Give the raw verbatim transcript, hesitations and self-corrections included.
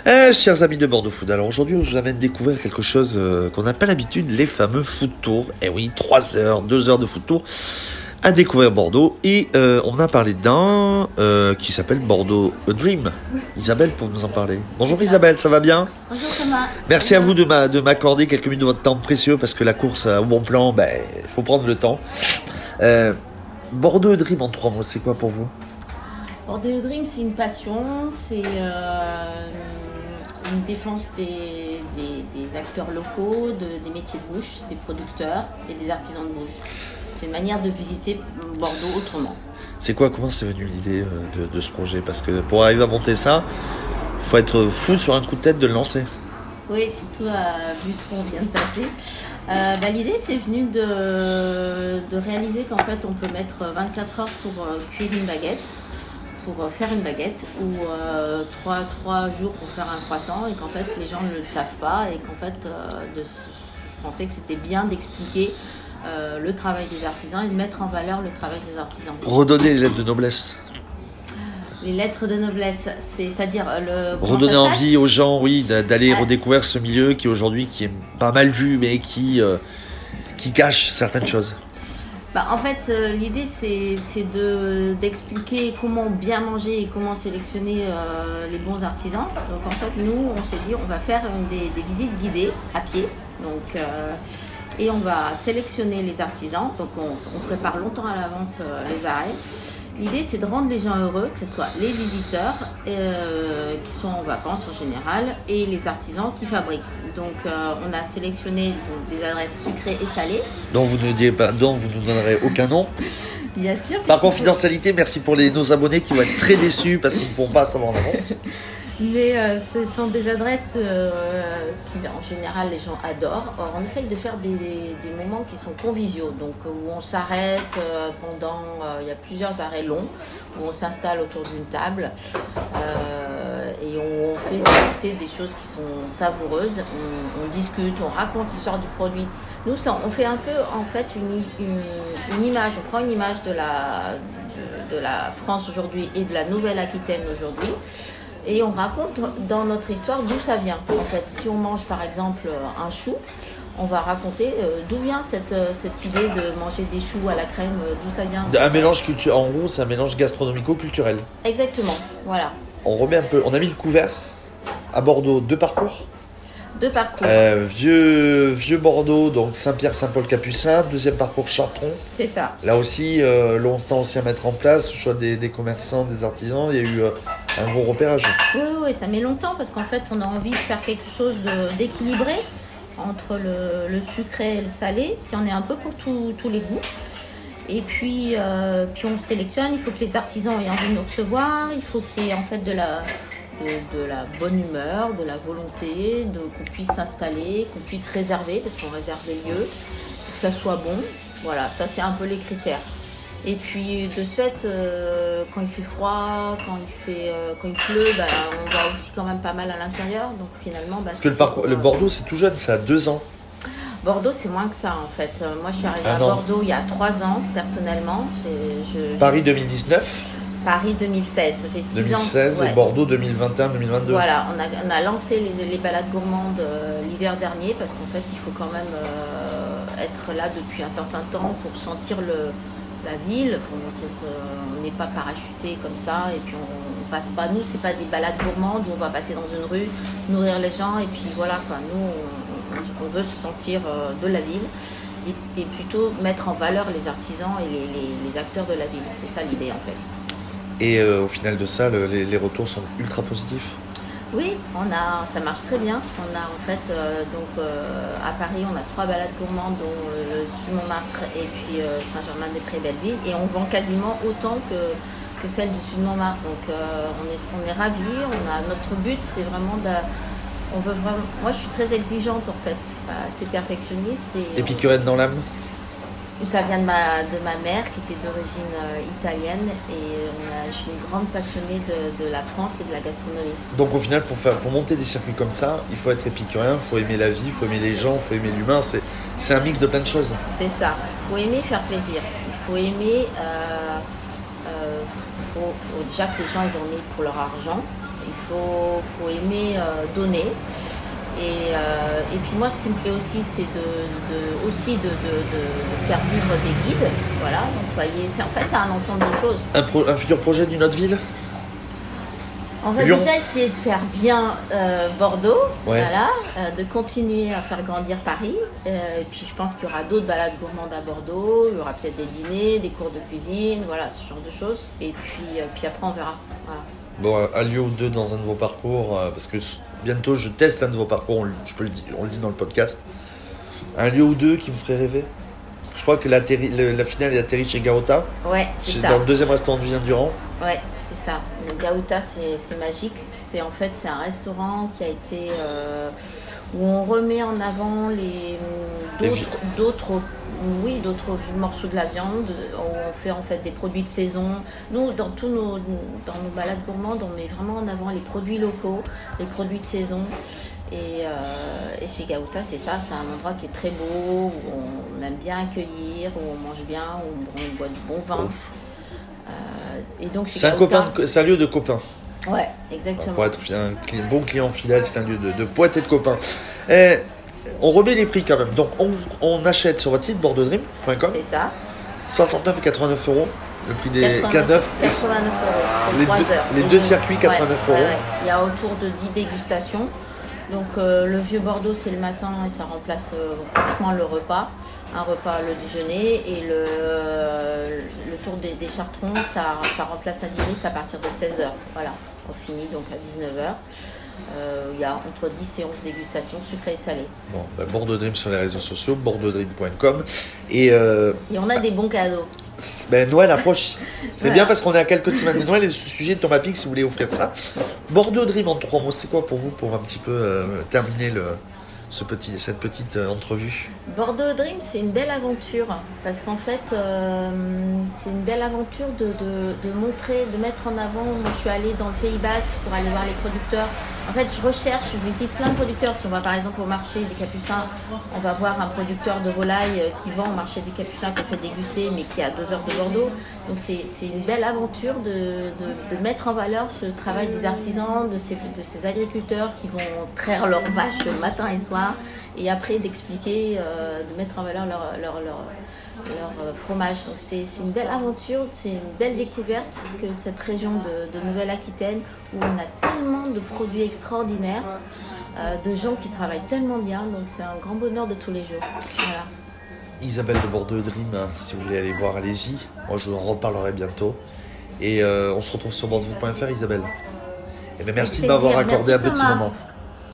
Eh, chers amis de Bordeaux Food, alors aujourd'hui je vous amène découvrir quelque chose euh, qu'on n'a pas l'habitude, les fameux food tours. Eh oui, trois heures, deux heures de food tour à découvrir Bordeaux. Et euh, on a parlé d'un euh, qui s'appelle Bordeaux A Dream. Isabelle pour nous en parler. Bonjour Isabelle, ça va bien? Bonjour Thomas. Merci à vous de m'a- de m'accorder quelques minutes de votre temps précieux parce que la course au bon plan, ben, il faut prendre le temps. Euh, Bordeaux A Dream en trois mots, c'est quoi pour vous? Bordeaux Dream, c'est une passion, c'est euh, une défense des, des, des acteurs locaux, de, des métiers de bouche, des producteurs et des artisans de bouche. C'est une manière de visiter Bordeaux autrement. C'est quoi, comment c'est venu l'idée euh, de, de ce projet? Parce que pour arriver à monter ça, il faut être fou sur un coup de tête de le lancer. Oui, surtout euh, vu ce qu'on vient de passer. Euh, bah, l'idée, c'est venu de, de réaliser qu'en fait, on peut mettre vingt-quatre heures pour euh, cuire une baguette, pour euh, faire une baguette, ou euh, trois jours pour faire un croissant, et qu'en fait, les gens ne le savent pas, et qu'en fait, euh, de penser que c'était bien d'expliquer euh, le travail des artisans et de mettre en valeur le travail des artisans. Redonner les lettres de noblesse. Les lettres de noblesse, c'est-à-dire le... Redonner envie aux gens, oui, d'aller ah. redécouvrir ce milieu qui aujourd'hui qui est pas mal vu, mais qui, euh, qui cache certaines choses. Bah, en fait, euh, l'idée, c'est de, d'expliquer comment bien manger et comment sélectionner euh, les bons artisans. Donc, en fait, nous, on s'est dit, on va faire une des, des visites guidées à pied. Donc, euh, et on va sélectionner les artisans. Donc, on, on prépare longtemps à l'avance euh, les arrêts. L'idée, c'est de rendre les gens heureux, que ce soit les visiteurs euh, qui sont en vacances en général et les artisans qui fabriquent. Donc, euh, on a sélectionné donc, des adresses sucrées et salées. Dont vous ne direz pas, dont vous ne donnerez aucun nom. Bien sûr. Par confidentialité, merci pour les, nos abonnés qui vont être très déçus parce qu'ils ne pourront pas savoir en avance. Mais euh, ce sont des adresses euh, qui, en général, les gens adorent. Or, on essaye de faire des, des moments qui sont conviviaux, donc où on s'arrête euh, pendant, euh, il y a plusieurs arrêts longs, où on s'installe autour d'une table euh, et on, on fait déguster des choses qui sont savoureuses. On, on discute, on raconte l'histoire du produit. Nous, ça, on fait un peu, en fait, une, une, une image. On prend une image de la, de, de la France aujourd'hui et de la Nouvelle-Aquitaine aujourd'hui. Et on raconte dans notre histoire d'où ça vient. En fait, si on mange par exemple un chou, on va raconter euh, d'où vient cette, cette idée de manger des choux à la crème, euh, d'où ça vient. Un mélange culturel, en gros, c'est un mélange gastronomico-culturel. Exactement, voilà. On remet un peu, on a mis le couvert à Bordeaux, deux parcours. Deux parcours. Euh, vieux, vieux Bordeaux, donc Saint-Pierre-Saint-Paul-Capucin. Deuxième parcours Chartron. C'est ça. Là aussi, euh, longtemps aussi à mettre en place, le choix des, des commerçants, des artisans. Il y a eu euh, un gros repérage. Oui, oui, oui, ça met longtemps parce qu'en fait, on a envie de faire quelque chose d'équilibré entre le, le sucré et le salé, qui en est un peu pour tous les goûts. Et puis, euh, puis on sélectionne. Il faut que les artisans aient envie de nous recevoir. Il faut qu'il y ait en fait de la... De, de la bonne humeur, de la volonté, qu'on puisse s'installer, qu'on puisse réserver, parce qu'on réserve les lieux, que ça soit bon. Voilà, ça c'est un peu les critères. Et puis de ce fait, euh, quand il fait froid, quand il, fait, euh, quand il pleut, bah, on va aussi quand même pas mal à l'intérieur. Donc finalement, bah, parce que le, parcours, le Bordeaux c'est tout jeune, ça a deux ans. Bordeaux, c'est moins que ça en fait. Euh, moi, je suis arrivée ah, à non. Bordeaux il y a trois ans, personnellement. Je, je, Paris deux mille dix-neuf. Paris deux mille seize, ça fait six deux mille seize ans. Ouais. Et Bordeaux deux mille vingt et un deux mille vingt-deux. Voilà, on a, on a lancé les, les balades gourmandes euh, l'hiver dernier parce qu'en fait il faut quand même euh, être là depuis un certain temps pour sentir le, la ville. On n'est pas parachuté comme ça et puis on, on passe pas. Nous, c'est pas des balades gourmandes où on va passer dans une rue, nourrir les gens et puis voilà quoi. Nous, on, on veut se sentir euh, de la ville. Et, et plutôt mettre en valeur les artisans et les, les, les acteurs de la ville. C'est ça l'idée en fait. Et euh, au final de ça, le, les, les retours sont ultra positifs. Oui, on a, ça marche très bien. On a en fait, euh, donc euh, à Paris, on a trois balades gourmandes, dont euh, le Sud-Montmartre et puis euh, Saint-Germain-des-Prés-Belleville. Et on vend quasiment autant que, que celle du Sud-Montmartre. Donc euh, on est, on est ravis. On a, notre but, c'est vraiment de... On veut vraiment, moi, je suis très exigeante en fait, assez perfectionniste. Et épicurienne dans l'âme. Ça vient de ma, de ma mère qui était d'origine euh, italienne et on a, je suis une grande passionnée de, de la France et de la gastronomie. Donc au final, pour, faire, pour monter des circuits comme ça, il faut être épicurien, il faut aimer la vie, il faut aimer les gens, il faut aimer l'humain. C'est un mix de plein de choses. C'est ça. Il faut aimer faire plaisir. Il faut aimer... Euh, euh, faut, faut déjà que les gens ils en aient pour leur argent. Il faut, faut aimer... Euh, euh, donner. Et, euh, et puis moi, ce qui me plaît aussi, c'est de, de, aussi de, de, de, de faire vivre des guides. Voilà, donc voyez, c'est, en fait, c'est un ensemble de choses. Un, pro, un futur projet d'une autre ville? On va Lyon. déjà essayer de faire bien euh, Bordeaux, ouais. voilà, euh, de continuer à faire grandir Paris. Euh, et puis je pense qu'il y aura d'autres balades gourmandes à Bordeaux, il y aura peut-être des dîners, des cours de cuisine, voilà, ce genre de choses. Et puis, euh, puis après on verra. Voilà. Bon, un lieu ou deux dans un nouveau parcours, euh, parce que bientôt je teste un nouveau parcours, on, je peux le dire, on le dit dans le podcast. Un lieu ou deux qui me ferait rêver. Je crois que la, le, la finale est atterrie chez Gaota. Ouais, c'est chez, ça. Dans le deuxième restaurant de Vivien Durand. Ouais, c'est ça. Le Gaota, c'est, c'est magique. C'est en fait c'est un restaurant qui a été euh, où on remet en avant les d'autres, les d'autres oui d'autres morceaux de la viande. Où on fait en fait des produits de saison. Nous dans tous nos dans nos balades gourmandes, on met vraiment en avant les produits locaux, les produits de saison. Et, euh, et chez Gaota, c'est ça, c'est un endroit qui est très beau, où on aime bien accueillir, où on mange bien, où on boit du bon vin. Euh, et donc chez c'est, un Gaota, copain de, c'est un lieu de copains. Ouais, exactement. Pour être un client, bon client fidèle, c'est un lieu de, de poètes et de copains. Et on remet les prix quand même. Donc on, on achète sur votre site bordeaux dream point com. C'est ça. soixante-neuf et quatre-vingt-neuf euros. Le prix des quatre-vingt-neuf, quatre-vingt-neuf euros. Les, trois deux, heures. les deux circuits, quatre-vingt-neuf ouais, euros. Ouais, ouais. Il y a autour de dix dégustations. Donc euh, le vieux Bordeaux, c'est le matin et ça remplace euh, franchement le repas. Un repas le déjeuner et le, euh, le tour des, des Chartrons, ça, ça remplace un dîner à partir de seize heures. Voilà, on finit donc à dix-neuf heures. Euh, il y a entre dix et onze dégustations sucrées et salées. Bon, bah, Bordeaux Dream sur les réseaux sociaux, bordeaux dream point com. Et, euh, et on a des bons cadeaux. Ben, Noël approche. C'est voilà. bien parce qu'on est à quelques semaines de Noël et ce sujet de Thomas Pic, si vous voulez offrir ça. Bordeaux Dream en trois mots, c'est quoi pour vous pour un petit peu euh, terminer le, ce petit, cette petite euh, entrevue? Bordeaux Dream, c'est une belle aventure parce qu'en fait, euh, c'est une belle aventure de, de, de montrer, de mettre en avant. Moi, je suis allée dans le Pays Basque pour aller voir les producteurs. En fait, je recherche, je visite plein de producteurs. Si on va par exemple au marché des Capucins, on va voir un producteur de volaille qui vend au marché des Capucins qu'on fait déguster, mais qui est à deux heures de Bordeaux. Donc, c'est, c'est une belle aventure de, de, de mettre en valeur ce travail des artisans, de ces, de ces agriculteurs qui vont traire leurs vaches le matin et soir. Et après d'expliquer, euh, de mettre en valeur leur, leur, leur, leur fromage. Donc c'est, c'est une belle aventure, c'est une belle découverte que cette région de, de Nouvelle-Aquitaine où on a tellement de produits extraordinaires, euh, de gens qui travaillent tellement bien. Donc c'est un grand bonheur de tous les jours. Voilà. Isabelle de Bordeaux Dream, hein, si vous voulez aller voir, allez-y. Moi je vous en reparlerai bientôt. Et euh, on se retrouve sur bordeaux point f r, Isabelle. Et bien, merci de m'avoir accordé merci un petit Thomas. moment.